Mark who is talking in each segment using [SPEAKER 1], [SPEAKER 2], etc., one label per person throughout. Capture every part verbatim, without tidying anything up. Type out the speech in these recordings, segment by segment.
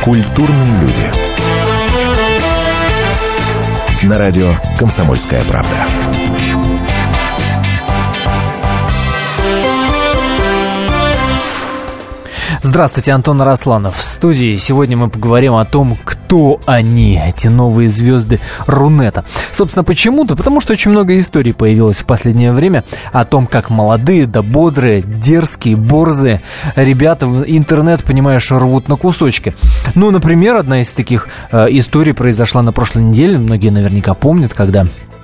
[SPEAKER 1] Культурные люди. На радио «Комсомольская правда».
[SPEAKER 2] Здравствуйте, Антон Арасланов в студии. Сегодня мы поговорим о том, кто они, эти новые звезды Рунета. Собственно, почему-то, потому что очень много историй появилось в последнее время о том, как молодые, да бодрые, дерзкие, борзые ребята в интернет, понимаешь, рвут на кусочки. Ну, например, одна из таких э, историй произошла на прошлой неделе. Многие наверняка помнят, когда...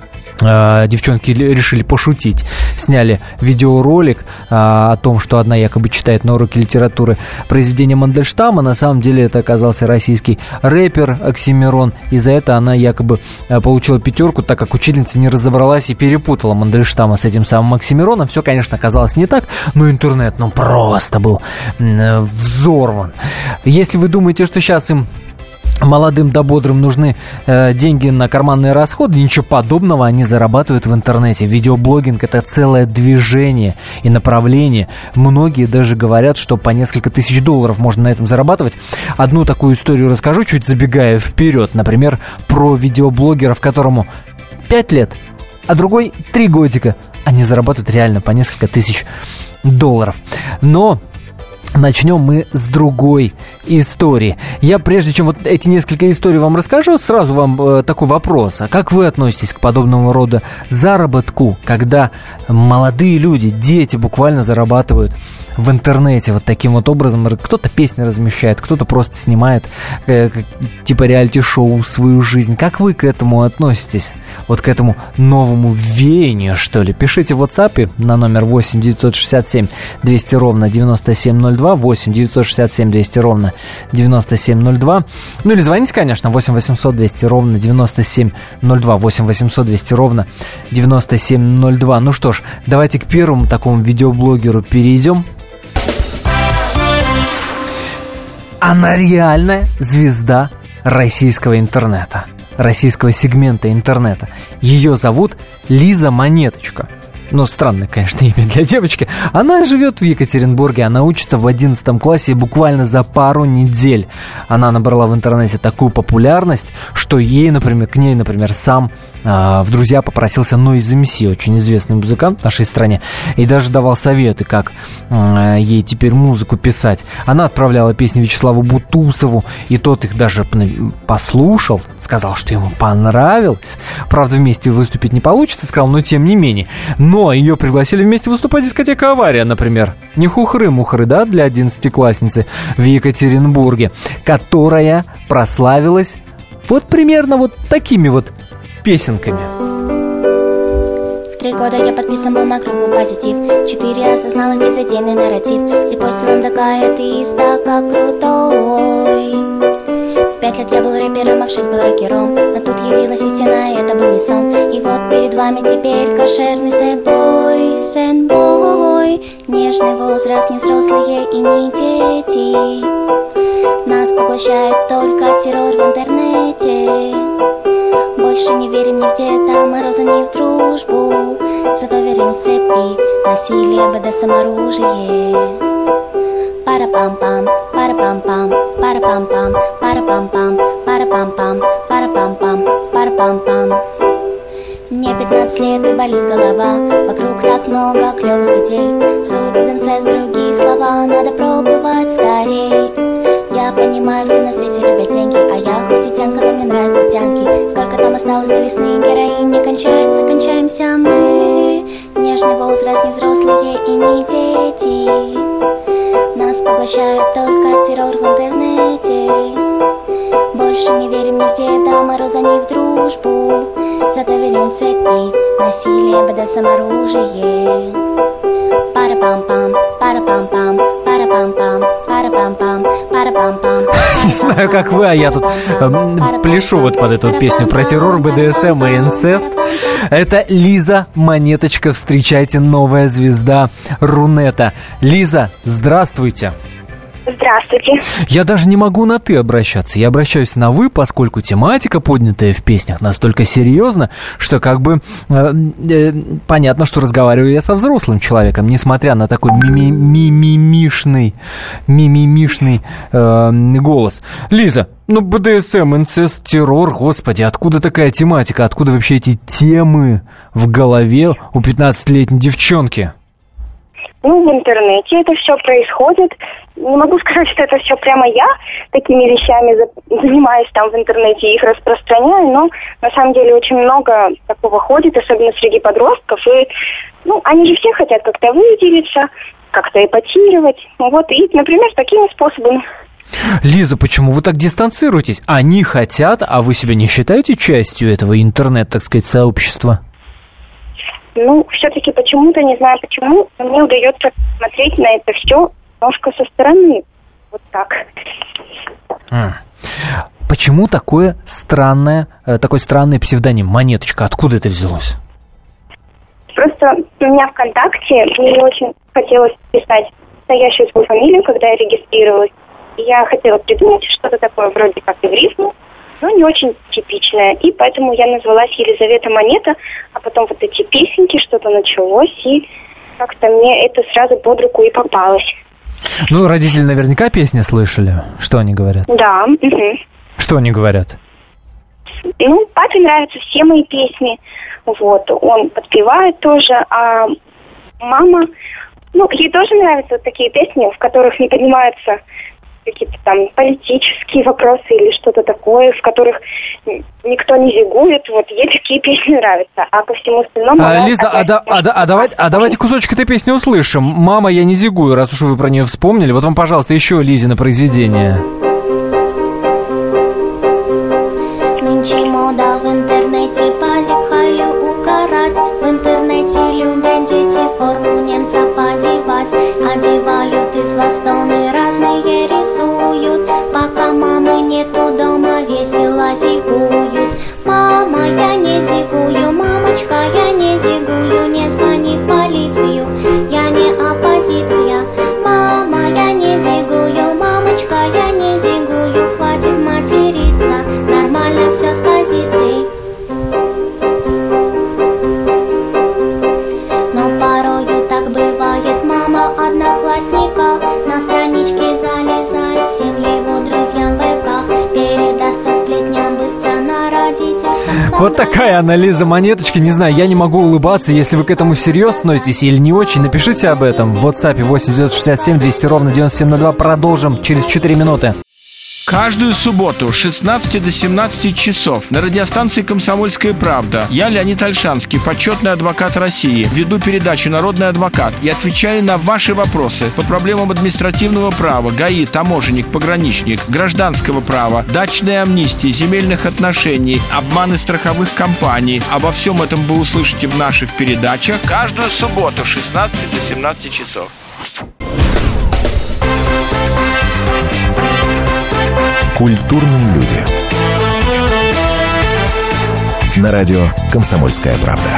[SPEAKER 2] девчонки решили пошутить. Сняли видеоролик а, о том, что одна якобы читает на уроке литературы произведение Мандельштама. На самом деле это оказался российский рэпер Оксимирон. И за это она якобы а, получила пятерку, так как учительница не разобралась и перепутала Мандельштама с этим самым Оксимироном. Все, конечно, оказалось не так, но интернет, ну, просто был м- взорван. Если вы думаете, что сейчас им молодым да бодрым нужны э, деньги на карманные расходы, ничего подобного, они зарабатывают в интернете. Видеоблогинг — это целое движение и направление. Многие даже говорят, что по несколько тысяч долларов можно на этом зарабатывать. Одну такую историю расскажу, чуть забегая вперед. Например, про видеоблогеров, которому пять лет, а другой три годика. Они зарабатывают реально по несколько тысяч долларов. Но... начнем мы с другой истории. Я, прежде чем вот эти несколько историй вам расскажу, сразу вам э, такой вопрос. А как вы относитесь к подобного рода заработку, когда молодые люди, дети буквально зарабатывают в интернете вот таким вот образом? Кто-то песни размещает, кто-то просто снимает э, типа реалити-шоу свою жизнь. Как вы к этому относитесь? Вот к этому новому веянию, что ли? Пишите в WhatsApp на номер восемь девятьсот шестьдесят семь двести ровно девяносто семь ноль два, восемь девятьсот шестьдесят семь двести ровно девяносто семь ноль два. Ну или звоните, конечно, восемь восемьсот двести ровно девяносто семь ноль два, восемь восемьсот двести ровно девяносто семь ноль два. Ну что ж, давайте к первому такому видеоблогеру перейдем. Она реальная звезда российского интернета, российского сегмента интернета. Ее зовут Лиза Монеточка. Ну, странное, конечно, имя для девочки. Она живет в Екатеринбурге, она учится в одиннадцатом классе, и буквально за пару недель она набрала в интернете такую популярность, что ей, например, к ней, например, сам э, в друзья попросился Noise эм си, очень известный музыкант в нашей стране, и даже давал советы, как э, ей теперь музыку писать. Она отправляла песни Вячеславу Бутусову, и тот их даже послушал, сказал, что ему понравилось. Правда, вместе выступить не получится, сказал, но тем не менее. Но ее пригласили вместе выступать дискотека «Авария», например. Не хухры-мухры, да, для одиннадцатиклассницы в Екатеринбурге, которая прославилась вот примерно вот такими вот песенками.
[SPEAKER 3] В три года я подписан был на группу «Позитив». Четыре осознал их безотдельный нарратив. Репостил МДК, ты стака крутой. В пять лет я был рэпером, а в шесть был рокером. Но тут явилась истина, и это был не сон. И вот перед вами теперь кошерный сэдбой, сэдбой. Нежный возраст, не взрослые и не дети. Нас поглощает только террор в интернете. Больше не верим ни в Деда Мороза, ни в дружбу. Зато верим в цепи, насилие, бэ дэ эс эм оружие. Пара-пам-пам, пара-пам-пам, пара-пам-пам, пара-пам-пам, пара-пам-пам, пара-пам-пам, пара-пам-пам. Мне пятнадцать лет и болит голова. Вокруг так много клевых идей. Суть, инцест, другие слова надо пробовать скорей. Я понимаю, все на свете любят деньги, а я хоть и тянка, но мне нравятся тянки. Сколько там осталось до весны, героин не кончается, кончаемся мы. Нежный возраст, не взрослые и не дети. Нас поглощает только террор в интернете. Больше не верим ни в Деда Мороза, ни в дружбу. Зато верим в цепи, насилие, бэ дэ эс эм оружие. Пара-пам-пам, пара-пам-пам, пара-пам-пам, пара-пам-пам, пара-пам-пам.
[SPEAKER 2] Не знаю, как вы, а я тут э, пляшу вот под эту песню про террор, бэ дэ эс эм и инцест. Это Лиза Монеточка. Встречайте, новая звезда Рунета. Лиза, здравствуйте.
[SPEAKER 4] Здравствуйте.
[SPEAKER 2] Я даже не могу на «ты» обращаться. Я обращаюсь на «вы», поскольку тематика, поднятая в песнях, настолько серьезна, что как бы э, э, понятно, что разговариваю я со взрослым человеком, несмотря на такой ми-ми-ми-ми-ми мимимишный, мимимишный э, голос. Лиза, ну бэ дэ эс эм, инцест, террор, господи, откуда такая тематика, откуда вообще эти темы в голове у пятнадцатилетней девчонки?
[SPEAKER 4] Ну, в интернете это все происходит. Не могу сказать, что это все прямо я такими вещами занимаюсь там в интернете, их распространяю, но на самом деле очень много такого ходит, особенно среди подростков. И, ну, они же все хотят как-то выделиться, как-то эпатировать. Вот, и, например, такими способами.
[SPEAKER 2] Лиза, почему вы так дистанцируетесь? Они хотят, а вы себя не считаете частью этого интернет, так сказать, сообщества?
[SPEAKER 4] Ну, все-таки почему-то, не знаю почему, но мне удается смотреть на это все немножко со стороны. Вот так.
[SPEAKER 2] А. Почему такое странное, такой странный псевдоним «Монеточка»? Откуда это взялось?
[SPEAKER 4] Просто у меня ВКонтакте мне не очень хотелось писать настоящую свою фамилию, когда я регистрировалась. И я хотела придумать что-то такое вроде как эвризм, но не очень типичное. И поэтому я назвалась Елизавета Монета, а потом вот эти песенки, что-то началось, и как-то мне это сразу под руку и попалось.
[SPEAKER 2] Ну, родители наверняка песни слышали. Что они говорят?
[SPEAKER 4] Да. Угу.
[SPEAKER 2] Что они говорят?
[SPEAKER 4] Ну, папе нравятся все мои песни. Вот, он подпевает тоже, а мама, ну, ей тоже нравятся вот такие песни, в которых не поднимаются какие-то там политические вопросы или что-то такое, в которых никто не зигует. Вот ей такие песни нравятся, а ко всему остальному...
[SPEAKER 2] А, Лиза, а, да, а, да, а, давайте, а давайте кусочек этой песни услышим. «Мама, я не зигую», раз уж вы про нее вспомнили. Вот вам, пожалуйста, еще Лизино произведение.
[SPEAKER 3] Нынче мода в интернете, пазик халю укорать. В интернете любят дети форму немцев одевать. Одевают из востоны разные рисуют. Пока мамы нету дома, весело зигуют. Мама, я не зигую, мамочка, я не зигую. Не звони в полицию, я не оппозиция. Мама, я не зигую, мамочка, я не зигую. Хватит материться, нормально все с позицией. Но порою так бывает, мама одноклассника на страничке залезает, всем его друзьям ВК передастся сплетням быстро на родительском собрании.
[SPEAKER 2] Вот такая она, Лиза Монеточки. Не знаю, я не могу улыбаться. Если вы к этому всерьез относитесь или не очень, напишите об этом в WhatsApp восемь девятьсот шестьдесят семь двести ровно девяносто семь ноль два. Продолжим через четыре минуты.
[SPEAKER 5] Каждую субботу с шестнадцати до семнадцати часов на радиостанции «Комсомольская правда» я, Леонид Ольшанский, почетный адвокат России, веду передачу «Народный адвокат» и отвечаю на ваши вопросы по проблемам административного права, ГАИ, таможенник, пограничник, гражданского права, дачной амнистии, земельных отношений, обманы страховых компаний. Обо всем этом вы услышите в наших передачах каждую субботу с шестнадцати до семнадцати часов.
[SPEAKER 1] Культурные люди. На радио «Комсомольская правда».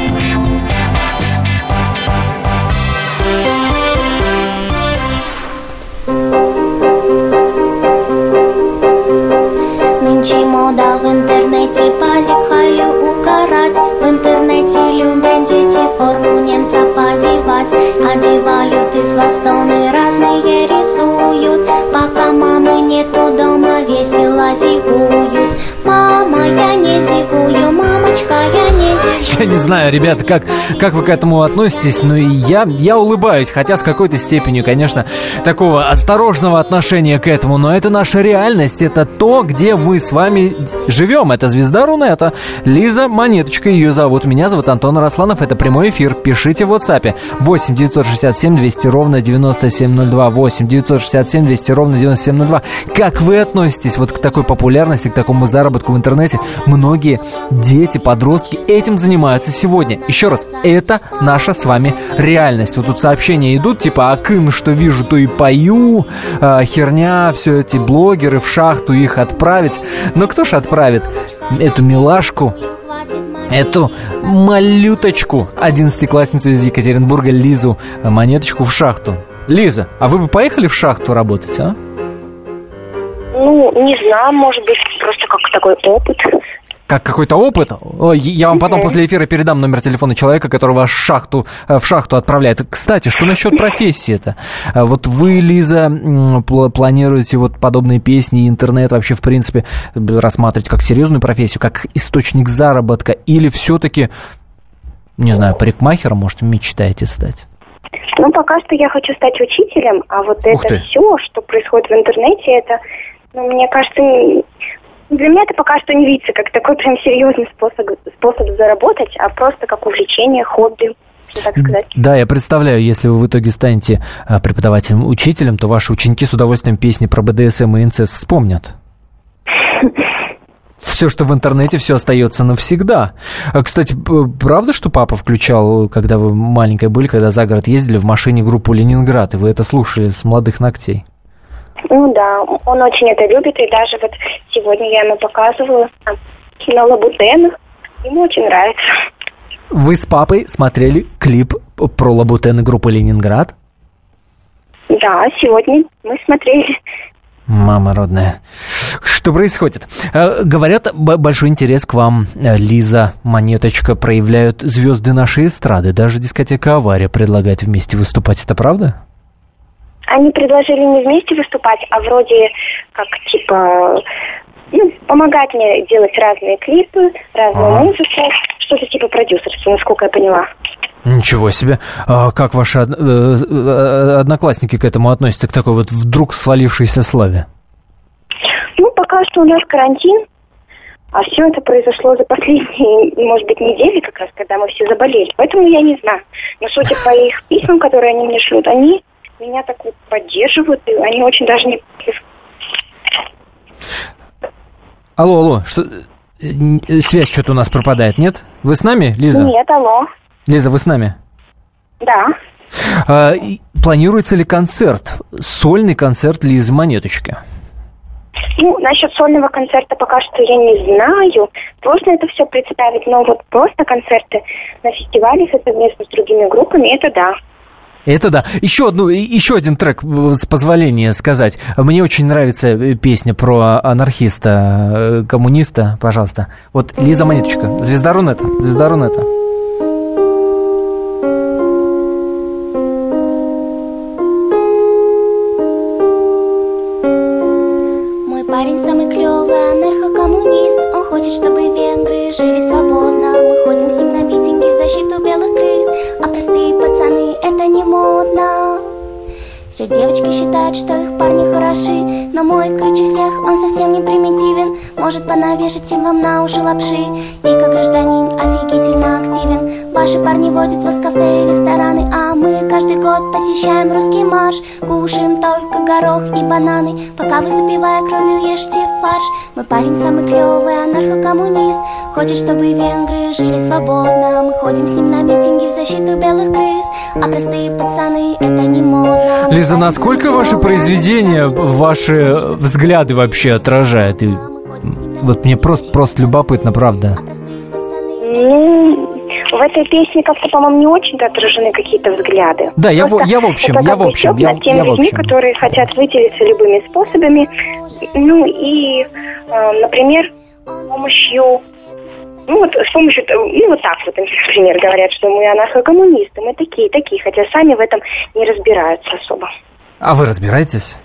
[SPEAKER 3] Нынче мода в интернете, пазик халю укорать. В интернете любят дети форму немцев одевать. Одевают из востоны разные рисуют. Пока мамы нету дома, весело зигуют. Мама, я не зигую, мамочка, я не зигую.
[SPEAKER 2] Я не знаю, ребята, как, как вы к этому относитесь, но я, я улыбаюсь, хотя с какой-то степенью, конечно, такого осторожного отношения к этому, но это наша реальность, это то, где мы с вами живем, это звезда Рунета, Лиза Монеточка, ее зовут, меня зовут Антон Арасланов, это прямой эфир, пишите в WhatsApp восемь девятьсот шестьдесят семь двести ровно девяносто семь ноль два, восемь девятьсот шестьдесят семь двести ровно девяносто семь ноль два. Как вы относитесь вот к такой популярности, к такому заработку в интернете? Многие дети, подростки этим занимаются сегодня. Еще раз, это наша с вами реальность. Вот тут сообщения идут, типа, акын, что вижу, то и пою, э, херня, все эти блогеры в шахту их отправить. Но кто ж отправит эту милашку, эту малюточку, одиннадцатиклассницу из Екатеринбурга Лизу Монеточку в шахту? Лиза, а вы бы поехали в шахту работать, а?
[SPEAKER 4] Ну, не знаю, может быть, просто как такой опыт.
[SPEAKER 2] Как какой-то опыт? Ой, я вам потом после эфира передам номер телефона человека, который вас в шахту, в шахту отправляет. Кстати, что насчет профессии-то? Вот вы, Лиза, планируете вот подобные песни, интернет вообще, в принципе, рассматривать как серьезную профессию, как источник заработка? Или все-таки, не знаю, парикмахером, может, мечтаете стать?
[SPEAKER 4] Ну, пока что я хочу стать учителем, а вот это все, что происходит в интернете, это, ну, мне кажется, для меня это пока что не видится как такой прям серьезный способ, способ заработать, а просто как увлечение, хобби, так сказать.
[SPEAKER 2] Да, я представляю, если вы в итоге станете преподавателем, учителем, то ваши ученики с удовольствием песни про бэ дэ эс эм и инцест вспомнят. Все, что в интернете, все остается навсегда. Кстати, правда, что папа включал, когда вы маленькая были, когда за город ездили, в машине группу «Ленинград», и вы это слушали с молодых ногтей?
[SPEAKER 4] Ну да, он очень это любит, и даже вот сегодня я ему показывала на Лабутенах, ему очень нравится.
[SPEAKER 2] Вы с папой смотрели клип про Лабутены группы «Ленинград»?
[SPEAKER 4] Да, сегодня мы смотрели.
[SPEAKER 2] Мама родная. Что происходит? Говорят, большой интерес к вам, Лиза, Монеточка, проявляют звезды нашей эстрады. Даже дискотека «Авария» предлагает вместе выступать. Это правда?
[SPEAKER 4] Они предложили не вместе выступать, а вроде как, типа, ну, помогать мне делать разные клипы, разную ага. музыку. Что-то типа продюсерства, насколько я поняла.
[SPEAKER 2] Ничего себе. А как ваши одноклассники к этому относятся, к такой вот вдруг свалившейся славе?
[SPEAKER 4] Ну, пока что у нас карантин, а все это произошло за последние, может быть, недели, как раз, когда мы все заболели. Поэтому я не знаю. Но судя по их письмам, которые они мне шлют, они меня так вот поддерживают, и они очень даже не против.
[SPEAKER 2] Алло, алло, что... Связь что-то у нас пропадает, нет? Вы с нами, Лиза?
[SPEAKER 4] Нет, алло.
[SPEAKER 2] Лиза, вы с нами?
[SPEAKER 4] Да.
[SPEAKER 2] А, планируется ли концерт, сольный концерт Лизы Монеточки?
[SPEAKER 4] Ну, насчет сольного концерта пока что я не знаю. Сложно это все представить, но вот просто концерты на фестивале совместно с другими группами, это да.
[SPEAKER 2] Это да. Еще, одну, еще один трек, с позволения сказать. Мне очень нравится песня про анархиста, коммуниста, пожалуйста. Вот Лиза Монеточка, звезда Рунета, звезда Рунета.
[SPEAKER 3] Мой парень самый клевый анархокоммунист. Он хочет, чтобы венгры жили свободно. Мы ходим с ним на митинги в защиту белых крыс. А простые пацаны, это не модно. Все девочки считают, что их парни хороши, но мой круче всех, он совсем не примитивен. Может понавешать им вам на уши лапши. И как гражданин офигительно активен. Ваши парни водят вас в кафе и рестораны, а мы каждый год посещаем русский марш. Кушаем только горох и бананы, пока вы, запивая кровью, ешьте фарш. Мой парень самый клевый анархокоммунист. Хочет, чтобы венгры жили свободно. Мы ходим с ним на митинги в защиту белых крыс. А простые пацаны, это не модно.
[SPEAKER 2] Лиза, насколько ваши произведения, ваши взгляды вообще отражают? И вот мне просто, просто любопытно, правда.
[SPEAKER 4] Ну, в этой песне как-то, по-моему, не очень-то отражены какие-то взгляды.
[SPEAKER 2] Да, я, в, я в общем, я в общем, я,
[SPEAKER 4] над теми
[SPEAKER 2] я в
[SPEAKER 4] людьми,
[SPEAKER 2] общем.
[SPEAKER 4] которые хотят выделиться любыми способами. Ну и, э, например, с помощью... Ну вот с помощью, ну вот так вот, например, говорят, что мы анархокоммунисты, мы такие, такие, хотя сами в этом не разбираются особо.
[SPEAKER 2] А вы разбираетесь?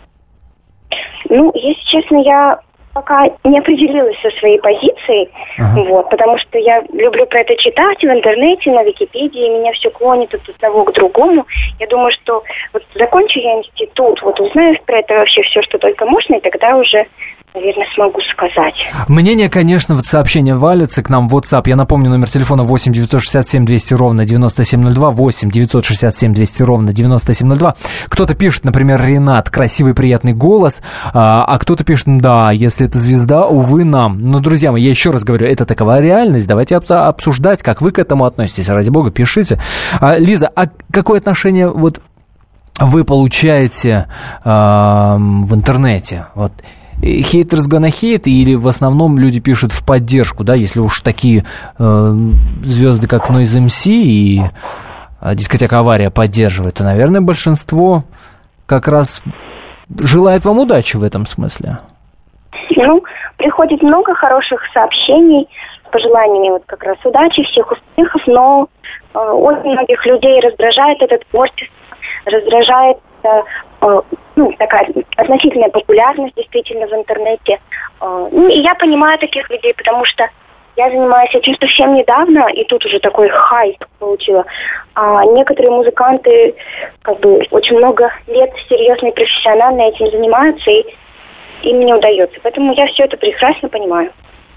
[SPEAKER 4] Ну, если честно, я пока не определилась со своей позицией, ага. вот, потому что я люблю про это читать в интернете, на Википедии, меня все клонит от одного к другому. Я думаю, что вот закончу я институт, вот узнаю про это вообще все, что только можно, и тогда уже... наверное, смогу сказать.
[SPEAKER 2] Мнение, конечно, вот сообщение валится к нам в WhatsApp. Я напомню, номер телефона восемь девятьсот шестьдесят семь двести ровно девяносто семь ноль два, восемь девятьсот шестьдесят семь двести ровно девяносто семь ноль два. Кто-то пишет, например, Ренат, красивый, приятный голос, а, а кто-то пишет, да, если это звезда, увы, нам. Но, друзья мои, я еще раз говорю, это такова реальность. Давайте обсуждать, как вы к этому относитесь. Ради бога, пишите. А, Лиза, а какое отношение вот вы получаете а, в интернете? Вот. Haters gonna hate, или в основном люди пишут в поддержку, да, если уж такие э, звезды, как Noise эм си и э, дискотека «Авария» поддерживают, то, наверное, большинство как раз желает вам удачи в этом смысле.
[SPEAKER 4] Ну, приходит много хороших сообщений с пожеланиями вот как раз удачи, всех успехов, но э, очень многих людей раздражает это творчество, раздражает э, э, ну, такая относительная популярность действительно в интернете. Э, ну, и я понимаю таких людей, потому что я занимаюсь этим совсем недавно, и тут уже такой хайп получила. А некоторые музыканты как бы очень много лет серьезно и профессионально этим занимаются, и им не удается. Поэтому я все это прекрасно понимаю.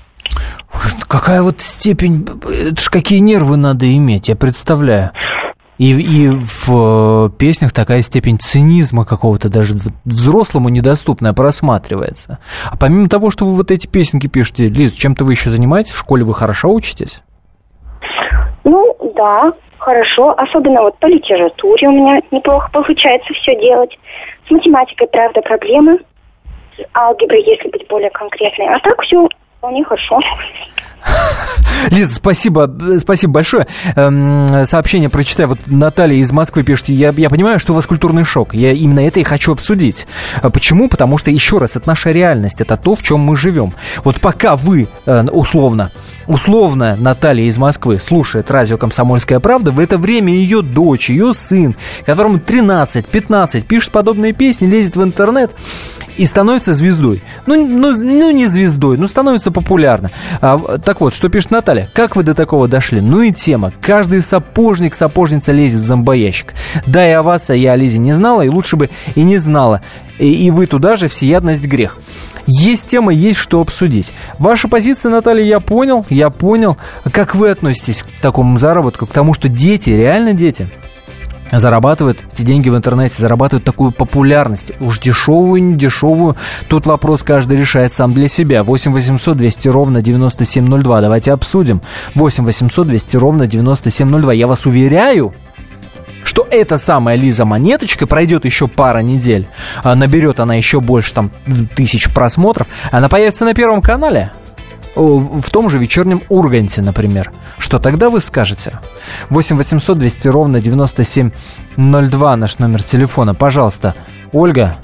[SPEAKER 2] Какая вот степень, это ж какие нервы надо иметь, я представляю. И, и в песнях такая степень цинизма какого-то даже взрослому недоступная просматривается. А помимо того, что вы вот эти песенки пишете, Лиз, чем-то вы еще занимаетесь? В школе вы хорошо учитесь?
[SPEAKER 4] Ну, да, хорошо. Особенно вот по литературе у меня неплохо получается все делать. С математикой, правда, проблемы. С алгеброй, если быть более конкретной. А так все вполне хорошо.
[SPEAKER 2] Лиза, спасибо, спасибо большое. Сообщение прочитаю. Вот Наталья из Москвы пишет: я, я понимаю, что у вас культурный шок. Я именно это и хочу обсудить. Почему? Потому что, еще раз, это наша реальность, это то, в чем мы живем. Вот пока вы, условно, условно Наталья из Москвы слушает радио «Комсомольская правда», в это время ее дочь, ее сын, которому тринадцать-пятнадцать, пишет подобные песни, лезет в интернет и становится звездой. Ну, ну, ну не звездой, но становится популярно. А, так вот, что пишет Наталья? Как вы до такого дошли? Ну и тема. Каждый сапожник, сапожница лезет в зомбоящик. Да, и о вас, а я о Лизе не знала, и лучше бы и не знала. И, и вы туда же, всеядность грех. Есть тема, есть что обсудить. Ваша позиция, Наталья, я понял, я понял. Как вы относитесь к такому заработку, к тому, что дети, реально дети, зарабатывают эти деньги в интернете, зарабатывают такую популярность, уж дешевую, не дешевую, тут вопрос каждый решает сам для себя. восемь восемьсот двести ровно девяносто семь ноль два, давайте обсудим. восемь восемьсот двести ровно девяносто семь ноль два. Я вас уверяю, что эта самая Лиза Монеточка пройдет еще пара недель, наберет она еще больше там тысяч просмотров, она появится на Первом канале, в том же вечернем Урганте, например. Что тогда вы скажете? восемь восемьсот двести ровно девяносто семь ноль два наш номер телефона. Пожалуйста, Ольга.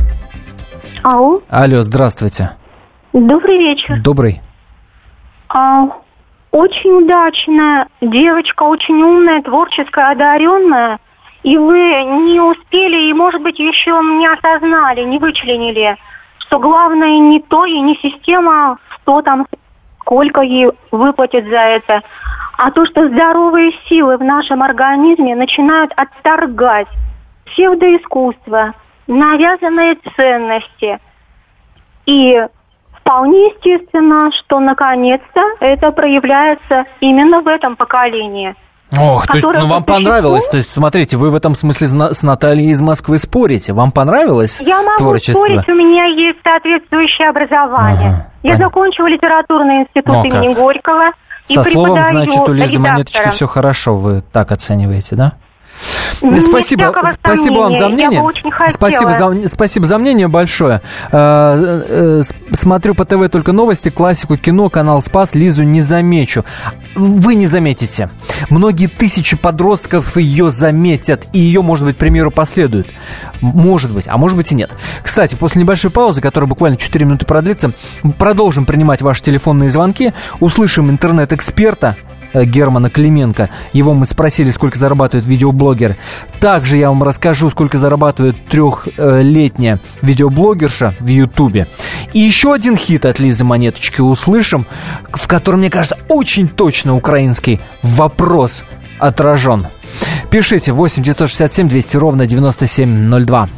[SPEAKER 6] Алло.
[SPEAKER 2] Алло, здравствуйте.
[SPEAKER 6] Добрый вечер.
[SPEAKER 2] Добрый.
[SPEAKER 6] А, очень удачная девочка, очень умная, творческая, одаренная. И вы не успели, и, может быть, еще не осознали, не вычленили, что главное не то и не система, что там, сколько ей выплатят за это, а то, что здоровые силы в нашем организме начинают отторгать псевдоискусство, навязанные ценности. И вполне естественно, что наконец-то это проявляется именно в этом поколении.
[SPEAKER 2] Ох, то есть, ну, вам понравилось, то есть, смотрите, вы в этом смысле с Натальей из Москвы спорите, вам понравилось
[SPEAKER 6] Я могу
[SPEAKER 2] творчество?
[SPEAKER 6] спорить, у меня есть соответствующее образование.
[SPEAKER 2] Ага,
[SPEAKER 6] Я
[SPEAKER 2] понятно.
[SPEAKER 6] закончила литературный институт
[SPEAKER 2] О,
[SPEAKER 6] имени
[SPEAKER 2] как.
[SPEAKER 6] Горького и
[SPEAKER 2] Со словом,
[SPEAKER 6] преподаю
[SPEAKER 2] значит, у Лизы
[SPEAKER 6] редактором.
[SPEAKER 2] Монеточки все хорошо, вы так оцениваете, да?
[SPEAKER 6] Нет
[SPEAKER 2] Спасибо,
[SPEAKER 6] всякого
[SPEAKER 2] спасибо вам за
[SPEAKER 6] сомнения, я
[SPEAKER 2] мнение.
[SPEAKER 6] бы очень хотела.
[SPEAKER 2] Спасибо за, спасибо за мнение большое. Э, э, смотрю по ТВ только новости, классику, кино, канал Спас, Лизу не замечу. Вы не заметите. Многие тысячи подростков ее заметят, и ее, может быть, к примеру, последуют. Может быть, а может быть и нет. Кстати, после небольшой паузы, которая буквально четыре минуты продлится, продолжим принимать ваши телефонные звонки, услышим интернет-эксперта Германа Клименко. Его мы спросили, сколько зарабатывает видеоблогер. Также я вам расскажу, сколько зарабатывает трехлетняя видеоблогерша в Ютубе. И еще один хит от Лизы Монеточки услышим, в котором, мне кажется, очень точно украинский вопрос отражен. Пишите восемь девятьсот шестьдесят семь двести ровно девяносто семь ноль два.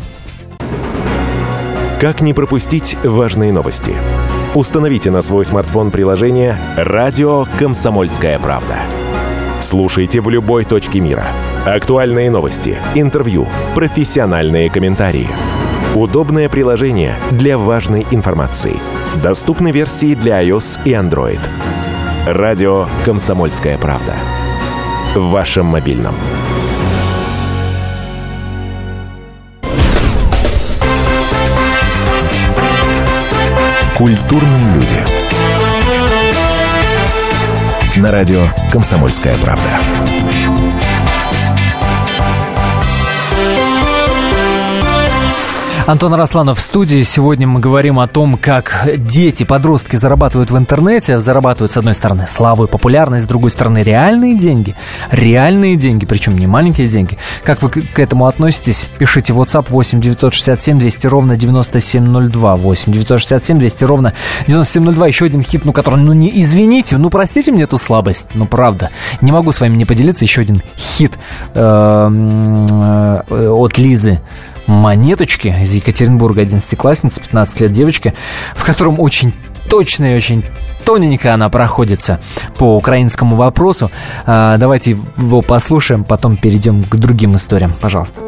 [SPEAKER 1] Как не пропустить важные новости? Установите на свой смартфон приложение «Радио Комсомольская правда». Слушайте в любой точке мира. Актуальные новости, интервью, профессиональные комментарии. Удобное приложение для важной информации. Доступны версии для iOS и Android. «Радио Комсомольская правда». В вашем мобильном. Культурные люди. На радио «Комсомольская правда».
[SPEAKER 2] Антон Арасланов в студии. Сегодня мы говорим о том, как дети, подростки зарабатывают в интернете. Зарабатывают, с одной стороны, славу и популярность, с другой стороны, реальные деньги. Реальные деньги, причем не маленькие деньги. Как вы к этому относитесь? Пишите в WhatsApp восемь девятьсот шестьдесят семь двести ровно девяносто семь ноль два. восемь девятьсот шестьдесят семь двести ровно девяносто семь ноль два. Еще один хит, ну, который, ну, не извините, ну, простите мне эту слабость. Ну, правда. Не могу с вами не поделиться. Еще один хит от Лизы Монеточки из Екатеринбурга, одиннадцатиклассница, пятнадцать лет девочки, в котором очень точно и очень тоненько она проходится по украинскому вопросу. Давайте его послушаем, потом перейдем к другим историям. Пожалуйста.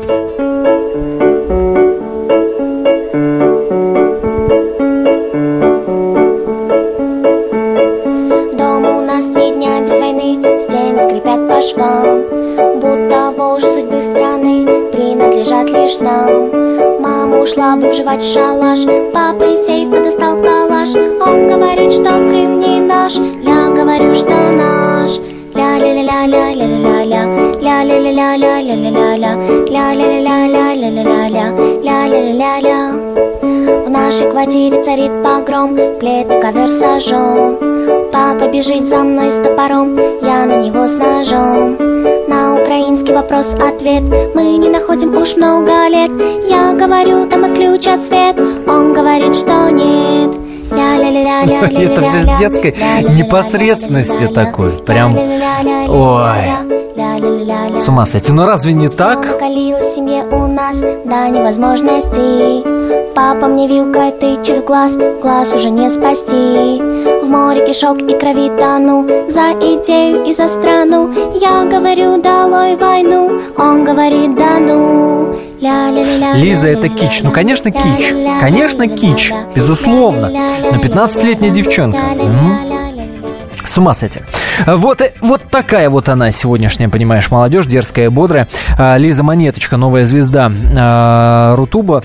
[SPEAKER 3] Дома у нас ни дня без войны, стены скрипят по швам, будто вожжи судьбы страны принадлежат лишь нам. Мама ушла обживать шалаш, папа из сейфа достал калаш. Он говорит, что Крым не наш, я говорю, что наш. Ля-ля-ля-ля-ля-ля-ля-ля, ля-ля-ля-ля-ля-ля-ля-ля, ля-ля-ля-ля-ля-ля-ля-ля, ля-ля-ля-ля-ля. В нашей квартире царит погром, плед и ковер сожжен. Папа бежит за мной с топором, я на него с ножом. На украинский вопрос-ответ мы не находим уж много лет. Я говорю, там отключат свет, он говорит, что нет.
[SPEAKER 2] Это все с детской непосредственности такой. Прям, ой, с ума сойти. Ну разве не так?
[SPEAKER 3] Накалилась в семье у нас до невозможности. Папа мне вилкой тычет в глаз, глаз уже не спасти. В море кишок и крови тону, за идею и за страну. Я говорю, долой войну, он говорит, да ну.
[SPEAKER 2] Лиза, это кич. Ну, конечно, кич. Конечно, кич. Безусловно. Но пятнадцатилетняя девчонка. Угу. С ума сойти. Вот, вот такая вот она сегодняшняя, понимаешь, молодежь, дерзкая и бодрая. Лиза Монеточка, новая звезда Рутуба.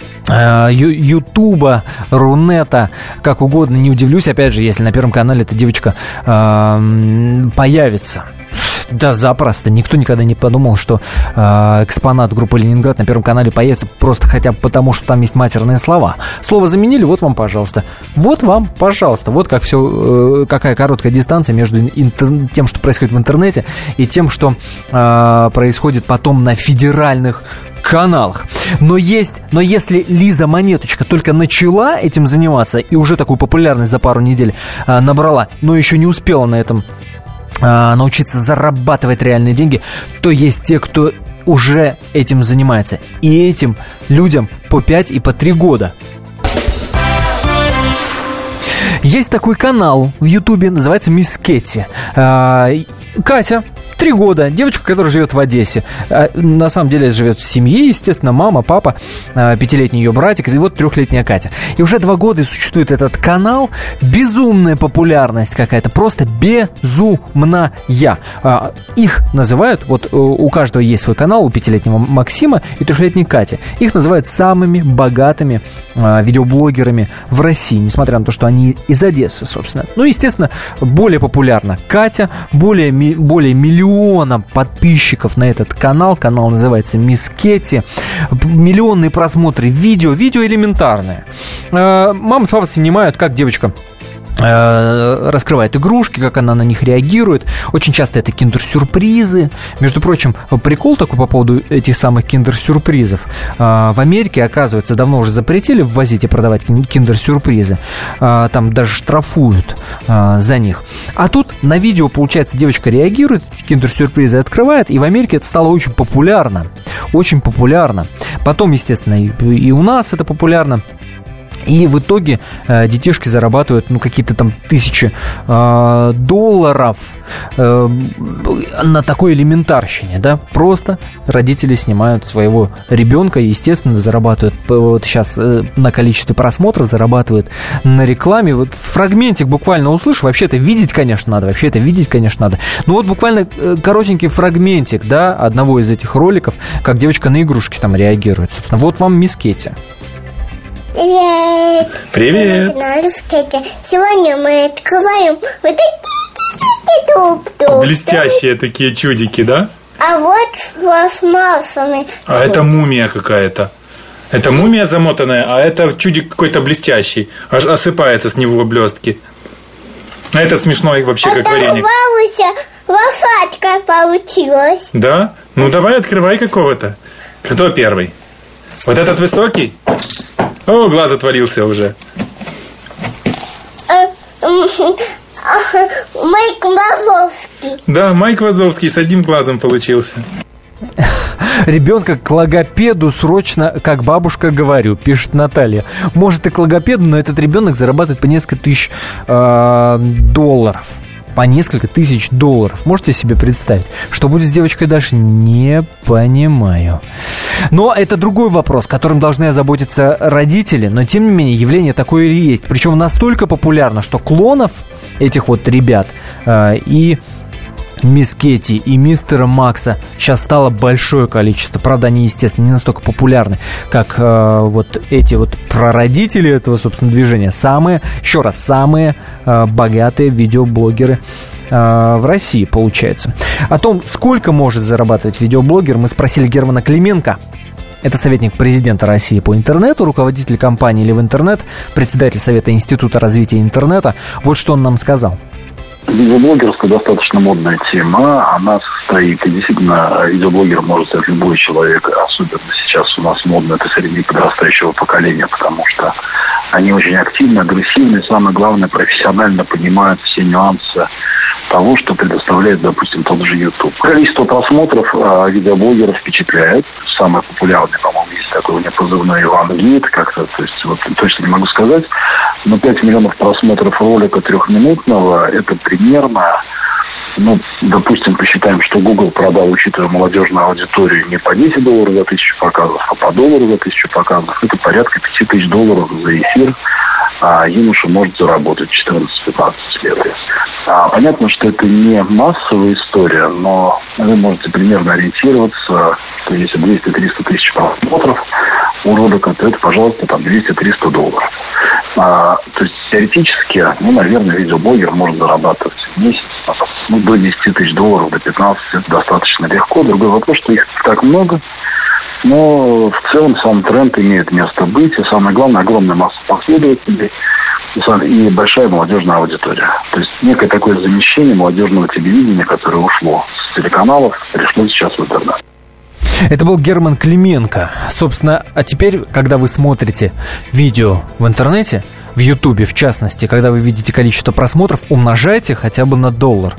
[SPEAKER 2] Ютуба, Рунета, как угодно, не удивлюсь, опять же, если на Первом канале эта девочка э, появится. Да запросто. Никто никогда не подумал, что э, экспонат группы «Ленинград» на Первом канале появится просто хотя бы потому, что там есть матерные слова. Слово заменили, вот вам, пожалуйста. Вот вам, пожалуйста. Вот как все, э, какая короткая дистанция между интер- тем, что происходит в интернете, и тем, что э, происходит потом на федеральных каналах. Но есть, но если Лиза Монеточка только начала этим заниматься и уже такую популярность за пару недель а, набрала, но еще не успела на этом а, научиться зарабатывать реальные деньги, то есть те, кто уже этим занимается. И этим людям по пять и по три года. Есть такой канал в Ютубе, называется Мисс Кетти. А, Катя. Три года. Девочка, которая живет в Одессе. На самом деле живет в семье, естественно, мама, папа, пятилетний ее братик и вот трехлетняя Катя. И уже два года существует этот канал. Безумная популярность какая-то. Просто безумная. Их называют, вот у каждого есть свой канал, у пятилетнего Максима и трехлетней Кати. Их называют самыми богатыми видеоблогерами в России, несмотря на то, что они из Одессы, собственно. Ну, естественно, более популярна Катя, более, более миллиона подписчиков на этот канал. Канал называется Мисс Кетти. Миллионные просмотры видео. Видео элементарное. Мама с папой снимают, как девочка раскрывает игрушки, как она на них реагирует. Очень часто это киндер-сюрпризы. Между прочим, прикол такой по поводу этих самых киндер-сюрпризов. В Америке, оказывается, давно уже запретили ввозить и продавать киндер-сюрпризы. Там даже штрафуют за них. А тут на видео, получается, девочка реагирует, эти киндер-сюрпризы открывает, и в Америке это стало очень популярно. Очень популярно. Потом, естественно, и у нас это популярно. И в итоге э, детишки зарабатывают ну, какие-то там тысячи э, долларов э, на такой элементарщине, да, просто родители снимают своего ребенка и, естественно, зарабатывают вот сейчас э, на количестве просмотров, зарабатывают на рекламе. Вот фрагментик буквально услышь, вообще это видеть, конечно, надо, вообще это видеть, конечно, надо. Ну вот буквально э, коротенький фрагментик, да, одного из этих роликов, как девочка на игрушки там реагирует, собственно. Вот вам Мисс Кетти.
[SPEAKER 7] Привет!
[SPEAKER 2] Привет!
[SPEAKER 7] Сегодня мы открываем вот такие чудики.
[SPEAKER 8] Блестящие такие чудики, да?
[SPEAKER 7] А вот пластмассовые.
[SPEAKER 8] А это мумия какая-то. Это мумия замотанная, а это чудик какой-то блестящий. Аж осыпается с него блестки. А этот смешной вообще, как вареник.
[SPEAKER 7] Лошадка получилась.
[SPEAKER 8] Да? Ну давай открывай какого-то. Кто первый? Вот этот высокий? О, глаз отвалился уже.
[SPEAKER 7] Майк Вазовский.
[SPEAKER 8] Да, Майк Вазовский с одним глазом получился.
[SPEAKER 2] Ребенка к логопеду срочно, как бабушка говорю, пишет Наталья. Может и к логопеду, но этот ребенок зарабатывает по несколько тысяч э, долларов. По несколько тысяч долларов. Можете себе представить? Что будет с девочкой дальше? Не понимаю. Но это другой вопрос, которым должны озаботиться родители. Но, тем не менее, явление такое и есть. Причем настолько популярно, что клонов этих вот ребят э, и Мисс Кетти и мистера Макса сейчас стало большое количество. Правда, они, естественно, не настолько популярны, как э, вот эти вот прародители этого, собственно, движения. Самые, еще раз, самые э, богатые видеоблогеры э, в России, получается. О том, сколько может зарабатывать видеоблогер, мы спросили Германа Клименко. Это советник президента России по интернету, руководитель компании «Лев Интернет», председатель Совета Института развития интернета. Вот что он нам сказал.
[SPEAKER 9] Видеоблогерская достаточно модная тема, она состоит, и действительно, видеоблогер может стать любой человек, особенно сейчас у нас модно это среди подрастающего поколения, потому что они очень активны, агрессивны, и самое главное, профессионально понимают все нюансы того, что предоставляет, допустим, тот же YouTube. Количество просмотров а, видеоблогеров впечатляет. Самый популярный, по-моему, есть такой у него позывной Иван Гейт, как-то, то есть вот точно не могу сказать, но пять миллионов просмотров ролика трехминутного, это примерно, ну, допустим, посчитаем, что Google продал, учитывая молодежную аудиторию, не по десять долларов за тысячу показов, а по доллару за тысячу показов, это порядка пять тысяч долларов за эфир, а юноша может заработать четырнадцать-пятнадцать лет. А, понятно, что это не массовая история, но вы можете примерно ориентироваться, что если двести-триста тысяч просмотров у ролика, то это, пожалуйста, там двести-триста долларов. А, то есть теоретически, ну, наверное, видеоблогер может зарабатывать в месяц ну, до десяти тысяч долларов, до пятнадцати, это достаточно легко. Другой вопрос, что их так много. Но в целом сам тренд имеет место быть. И самое главное, огромная масса последователей и большая молодежная аудитория. То есть некое такое замещение молодежного телевидения, которое ушло с телеканалов, пришло сейчас в интернет.
[SPEAKER 2] Это был Герман Клименко. Собственно, а теперь, когда вы смотрите видео в интернете, в Ютубе, в частности, когда вы видите количество просмотров, умножайте хотя бы на доллар.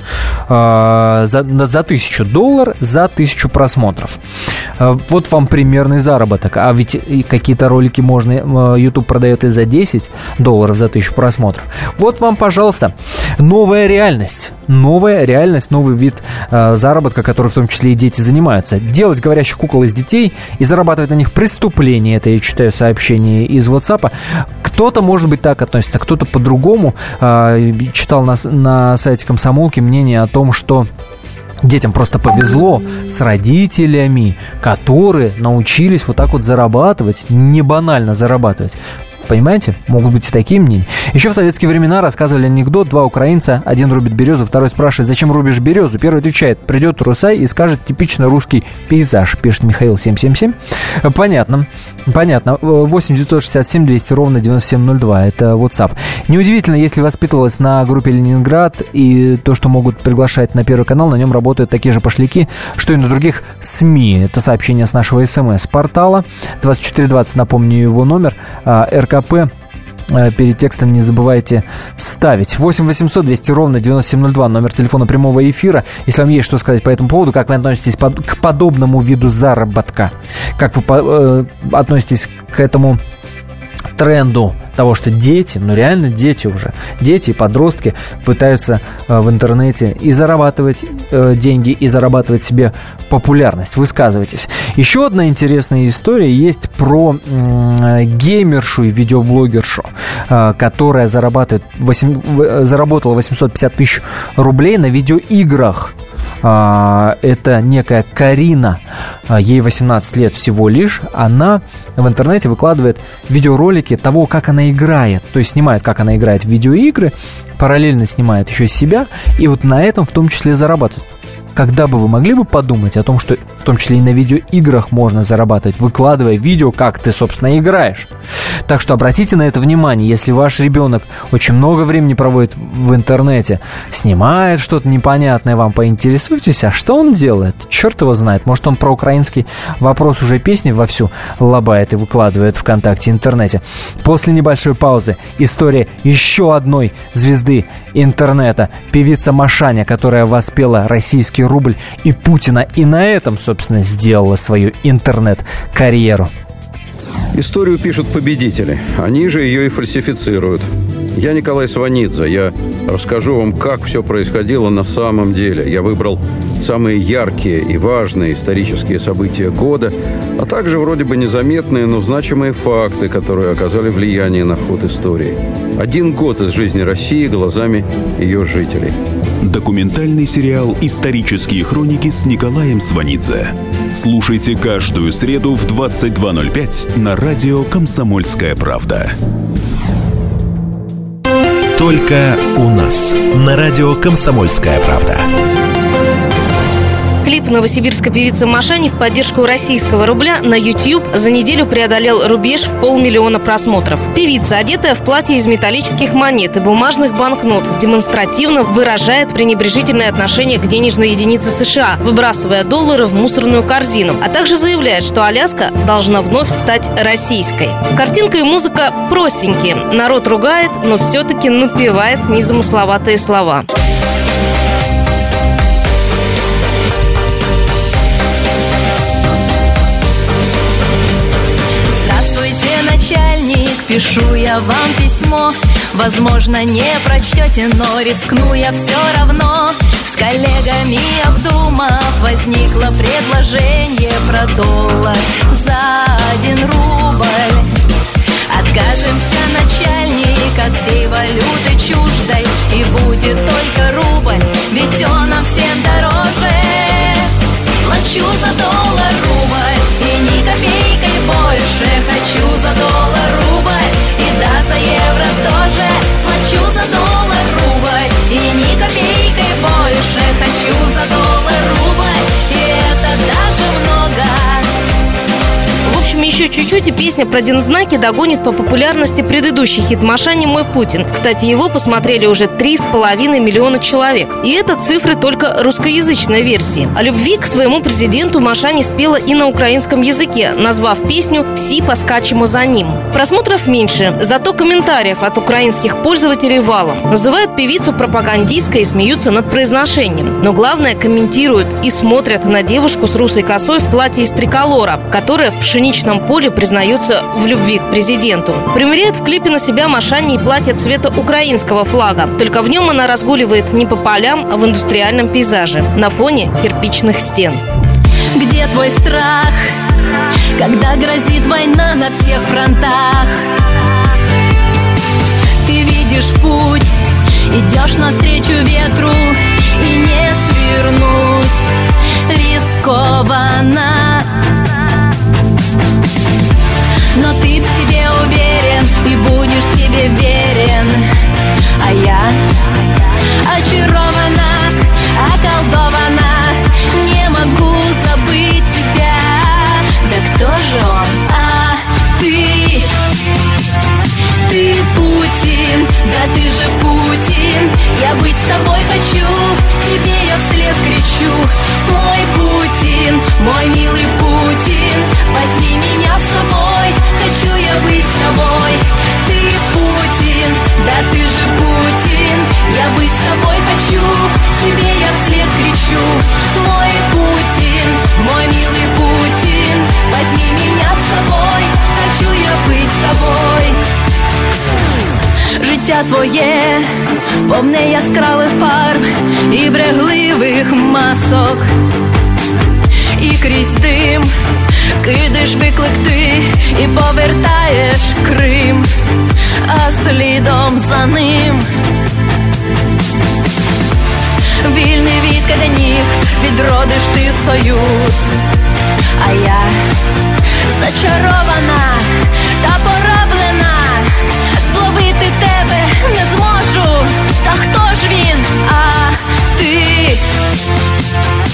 [SPEAKER 2] Э, за, за тысячу долларов за тысячу просмотров. Э, вот вам примерный заработок. А ведь какие-то ролики можно, YouTube продает и за десять долларов за тысячу просмотров. Вот вам, пожалуйста, новая реальность. Новая реальность, новый вид э, заработка, который в том числе и дети занимаются. Делать говорящих кукол из детей и зарабатывать на них преступление. Это я читаю сообщение из WhatsApp. Кто-то, может быть, так относится, кто-то по-другому. Э, читал на, на сайте Комсомолки мнение о том, что детям просто повезло с родителями, которые научились вот так вот зарабатывать, не банально зарабатывать. Понимаете? Могут быть и такие мнения. Еще в советские времена рассказывали анекдот. Два украинца, один рубит березу, второй спрашивает, зачем рубишь березу? Первый отвечает, придет русай и скажет типично русский пейзаж, пишет Михаил семь семь семь. Понятно, понятно. восемь девятьсот шестьдесят семь двести ровно девяносто семь ноль два. Это WhatsApp. Неудивительно, если воспитывалась на группе «Ленинград» и то, что могут приглашать на Первый канал, на нем работают такие же пошляки, что и на других СМИ. Это сообщение с нашего СМС-портала. двадцать четыре двадцать, напомню его номер. эр ка пэ. Перед текстом не забывайте ставить. восемь восемьсот двести ровно девяносто семь ноль два, номер телефона прямого эфира. Если вам есть что сказать по этому поводу, как вы относитесь под, к подобному виду заработка, как вы э, относитесь к этому тренду того, что дети, ну реально дети уже, дети и подростки пытаются э, в интернете и зарабатывать э, деньги, и зарабатывать себе популярность. Высказывайтесь. Еще одна интересная история есть про э, геймершу и видеоблогершу, э, которая зарабатывает восемь, э, заработала восемьсот пятьдесят тысяч рублей на видеоиграх. Э, это некая Карина, э, ей восемнадцать лет всего лишь. Она в интернете выкладывает видеоролики того, как она играет, то есть снимает, как она играет в видеоигры, параллельно снимает еще себя, и вот на этом в том числе зарабатывает. когда бы вы могли бы подумать о том, что в том числе и на видеоиграх можно зарабатывать, выкладывая видео, как ты, собственно, играешь. Так что обратите на это внимание. Если ваш ребенок очень много времени проводит в интернете, снимает что-то непонятное, вам поинтересуйтесь, а что он делает? Черт его знает. Может, он про украинский вопрос уже песни вовсю лобает и выкладывает ВКонтакте, интернете. После небольшой паузы история еще одной звезды интернета, певица Машаня, которая воспела российский рубль и Путина, и на этом, собственно, сделала свою интернет-карьеру.
[SPEAKER 10] Историю пишут победители, они же ее и фальсифицируют. Я Николай Сванидзе, я расскажу вам, как все происходило на самом деле. Я выбрал самые яркие и важные исторические события года, а также вроде бы незаметные, но значимые факты, которые оказали влияние на ход истории. Один год из жизни России глазами ее жителей.
[SPEAKER 11] Документальный сериал «Исторические хроники» с Николаем Сванидзе. Слушайте каждую среду в двадцать два ноль пять на радио «Комсомольская правда».
[SPEAKER 1] Только у нас на радио «Комсомольская правда».
[SPEAKER 12] Клип новосибирской певицы Машани в поддержку российского рубля на YouTube за неделю преодолел рубеж в полмиллиона просмотров. Певица, одетая в платье из металлических монет и бумажных банкнот, демонстративно выражает пренебрежительное отношение к денежной единице США, выбрасывая доллары в мусорную корзину, а также заявляет, что Аляска должна вновь стать российской. Картинка и музыка простенькие. Народ ругает, но все-таки напевает незамысловатые слова.
[SPEAKER 13] Пишу я вам письмо, возможно, не прочтете, но рискну я все равно. С коллегами обдумав, возникло предложение про доллар за один рубль. Откажемся, начальник, от всей валюты чуждой, и будет только рубль, ведь он нам всем дороже. Плачу за доллар рубль, и ни копейкой больше. Хочу за доллар рубль, и да, за евро тоже. Плачу за доллар рубль, и ни копейкой больше. Хочу за доллар рубль, и это даже много.
[SPEAKER 12] В общем, еще чуть-чуть, и песня про дензнаки догонит по популярности предыдущий хит Машани «Мой Путин». Кстати, его посмотрели уже три с половиной миллиона человек. И это цифры только русскоязычной версии. О любви к своему президенту Машани спела и на украинском языке, назвав песню «Всі поскачемо за ним». Просмотров меньше, зато комментариев от украинских пользователей валом. Называют певицу пропагандисткой и смеются над произношением. Но главное, комментируют и смотрят на девушку с русой косой в платье из триколора, которая в пшеничном поле признается в любви к президенту. Примеряет в клипе на себя Машани и платье цвета украинского флага. Только в нем она разгуливает не по полям, а в индустриальном пейзаже на фоне кирпичных стен.
[SPEAKER 13] Где твой страх, когда грозит война на всех фронтах? Ты видишь путь, идешь навстречу ветру, и не свернуть рискованно. Но ты в себе уверен и будешь себе верен. А я очарована, околдована, не могу забыть тебя. Да кто же он? А ты, ты Путин, да ты же Путин. Я быть с тобой хочу, тебе я вслед кричу. Мой Путин, мой милый Путин, возьми меня с собой, хочу я быть с тобой. Ты Путин, да ты же Путин, я быть с тобой хочу, тебе я вслед кричу. Мой Путин, мой милый Путин, возьми меня с собой, хочу я быть с тобой. Життя твоє повне яскравих фарб і брехливих масок, і крізь дим кидаєш виклик ти і повертаєш Крим, а слідом за ним вільний від кайданів відродиш ти союз. А я зачарована та пороблена, зловити тебе не зможу. Та хто ж він? А ти,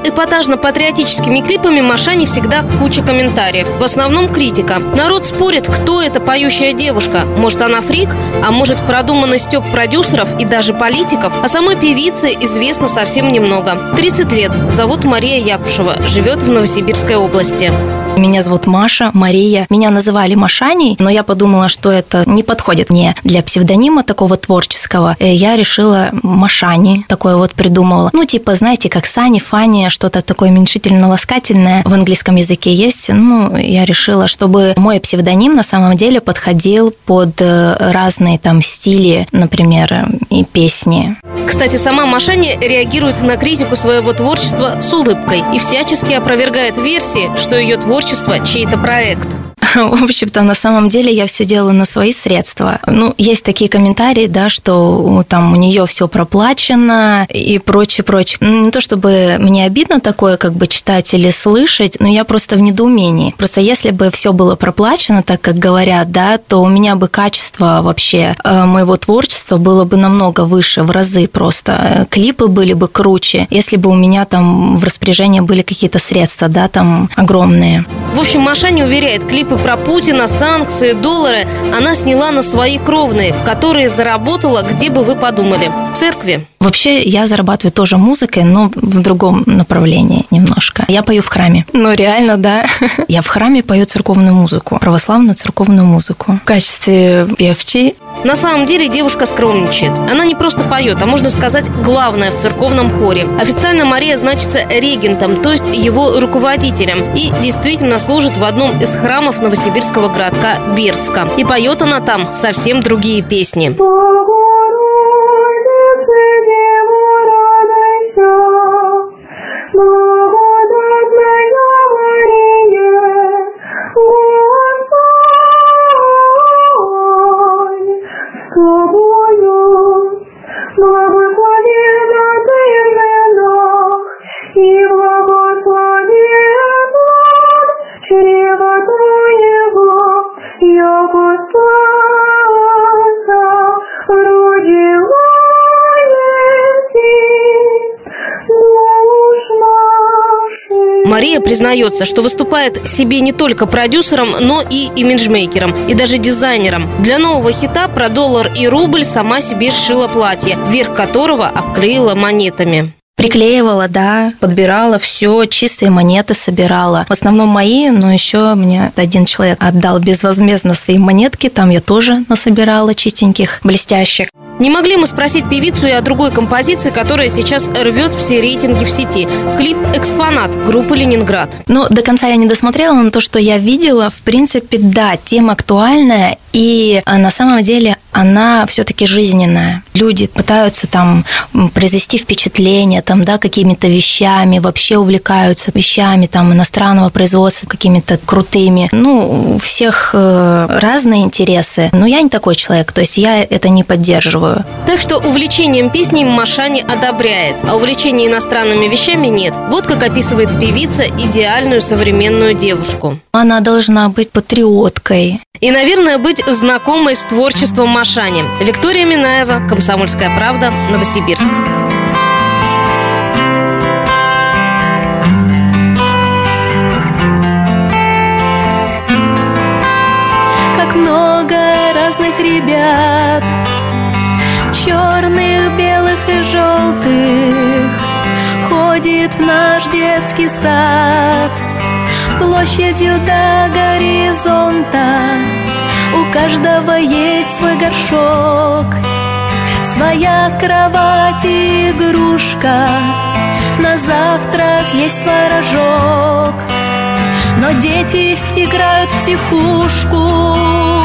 [SPEAKER 12] Под эпатажно-патриотическими клипами Машани всегда куча комментариев. В основном критика. Народ спорит, кто эта поющая девушка. Может, она фрик, а может, продуманный стёб продюсеров и даже политиков. О самой певице известно совсем немного. тридцать лет. Зовут Мария Якушева. Живет в Новосибирской области.
[SPEAKER 14] Меня зовут Маша, Мария. Меня называли Машаней, но я подумала, что это не подходит мне для псевдонима такого творческого. И я решила Машани, такое вот придумала. Ну, типа, знаете, как Сани, Фани, что-то такое уменьшительно-ласкательное в английском языке есть. Ну, я решила, чтобы мой псевдоним на самом деле подходил под разные там стили, например, и песни.
[SPEAKER 12] Кстати, сама Машани реагирует на критику своего творчества с улыбкой и всячески опровергает версии, что ее творчество чей-то проект.
[SPEAKER 14] В общем-то, на самом деле я все делаю на свои средства. Ну, есть такие комментарии, да, что там у нее все проплачено и прочее, прочее. Не то чтобы мне обидно такое, как бы читать или слышать, но я просто в недоумении. Просто если бы все было проплачено, так как говорят, да, то у меня бы качество вообще моего творчества было бы намного выше, в разы просто. Клипы были бы круче, если бы у меня там в распоряжении были какие-то средства, да, там огромные.
[SPEAKER 12] В общем, Машани уверяет, клипы про Путина, санкции, доллары она сняла на свои кровные, которые заработала, где бы вы подумали, в церкви.
[SPEAKER 14] Вообще, я зарабатываю тоже музыкой, но в другом направлении немножко. Я пою в храме. Ну, реально, да. Я в храме пою церковную музыку, православную церковную музыку в качестве певчей.
[SPEAKER 12] На самом деле девушка скромничает. Она не просто поет, а можно сказать, главное в церковном хоре. Официально Мария значится регентом, то есть его руководителем, и действительно служит в одном из храмов новосибирского городка Бердска. И поет она там совсем другие песни. Мария признается, что выступает себе не только продюсером, но и имиджмейкером, и даже дизайнером. Для нового хита про доллар и рубль сама себе сшила платье, верх которого обклеила монетами.
[SPEAKER 14] Приклеивала, да, подбирала все, чистые монеты собирала. В основном мои, но еще мне один человек отдал безвозмездно свои монетки, там я тоже насобирала чистеньких, блестящих.
[SPEAKER 12] Не могли мы спросить певицу и о другой композиции, которая сейчас рвет все рейтинги в сети. Клип «Экспонат» группы «Ленинград».
[SPEAKER 14] Ну, до конца я не досмотрела, но то, что я видела, в принципе, да, тема актуальная, и на самом деле она все-таки жизненная. Люди пытаются там произвести впечатление, там, да, какими-то вещами, вообще увлекаются вещами там иностранного производства, какими-то крутыми. Ну, у всех разные интересы, но я не такой человек, то есть я это не поддерживаю.
[SPEAKER 12] Так что увлечением песней Машани одобряет, а увлечение иностранными вещами нет. Вот как описывает певица идеальную современную девушку.
[SPEAKER 14] Она должна быть патриоткой.
[SPEAKER 12] И, наверное, быть знакомой с творчеством Машани. Виктория Минаева, «Комсомольская правда», Новосибирск.
[SPEAKER 13] Как много разных ребят, черных, белых и желтых, ходит в наш детский сад площадью до горизонта. У каждого есть свой горшок, своя кровать и игрушка. На завтрак есть творожок, но дети играют в психушку.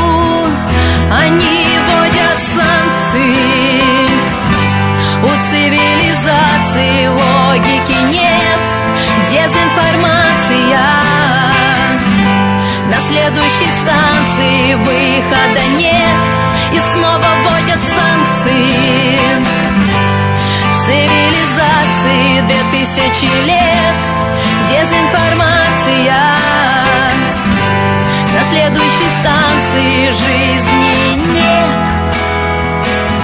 [SPEAKER 13] Они вводят санкции, у цивилизации логики нет. Дезинформация, на следующей станции выхода нет. И снова вводят санкции. Цивилизации две тысячи лет. Дезинформация, на следующей станции жизни нет.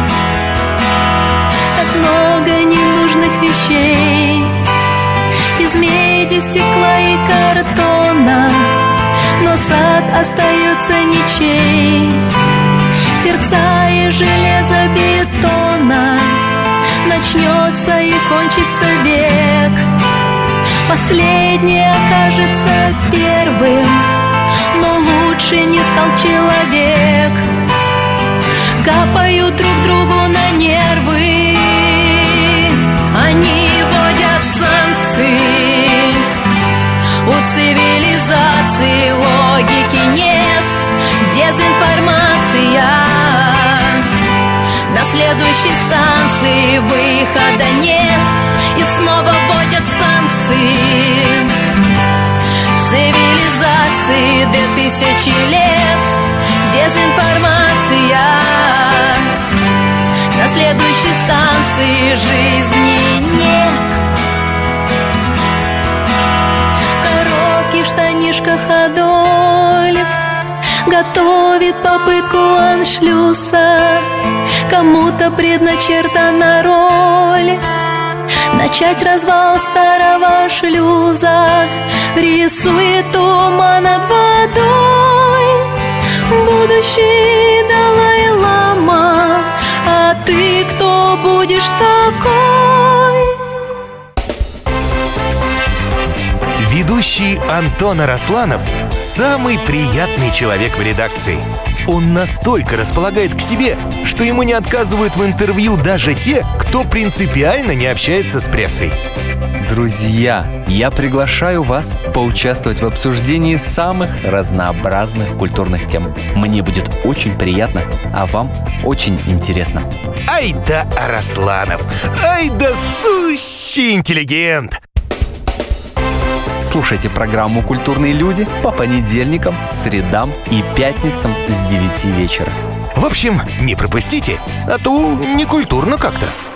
[SPEAKER 13] Так много ненужных вещей, и городе стекла и картона, но сад остается ничей. Сердца и железобетона, начнется и кончится век. Последний окажется первым, но лучше не стал человек. Капают друг другу на нервы, они вводят санкции. У цивилизации логики нет, дезинформация. На следующей станции выхода нет, и снова вводят санкции. Цивилизации две тысячи лет, дезинформация. На следующей станции жизни нет. В коротких штанишках Адольф готовит попытку аншлюса. Кому-то предначертана роль начать развал старого шлюза. Рисует туман над водой будущий Далай-лама. А ты кто будешь такой?
[SPEAKER 15] Ведущий Антон Арасланов – самый приятный человек в редакции. Он настолько располагает к себе, что ему не отказывают в интервью даже те, кто принципиально не общается с прессой.
[SPEAKER 16] Друзья, я приглашаю вас поучаствовать в обсуждении самых разнообразных культурных тем. Мне будет очень приятно, а вам очень интересно.
[SPEAKER 15] Ай да Арасланов! Ай да сущий интеллигент!
[SPEAKER 16] Слушайте программу «Культурные люди» по понедельникам, средам и пятницам с девяти вечера.
[SPEAKER 15] В общем, не пропустите, а то некультурно как-то.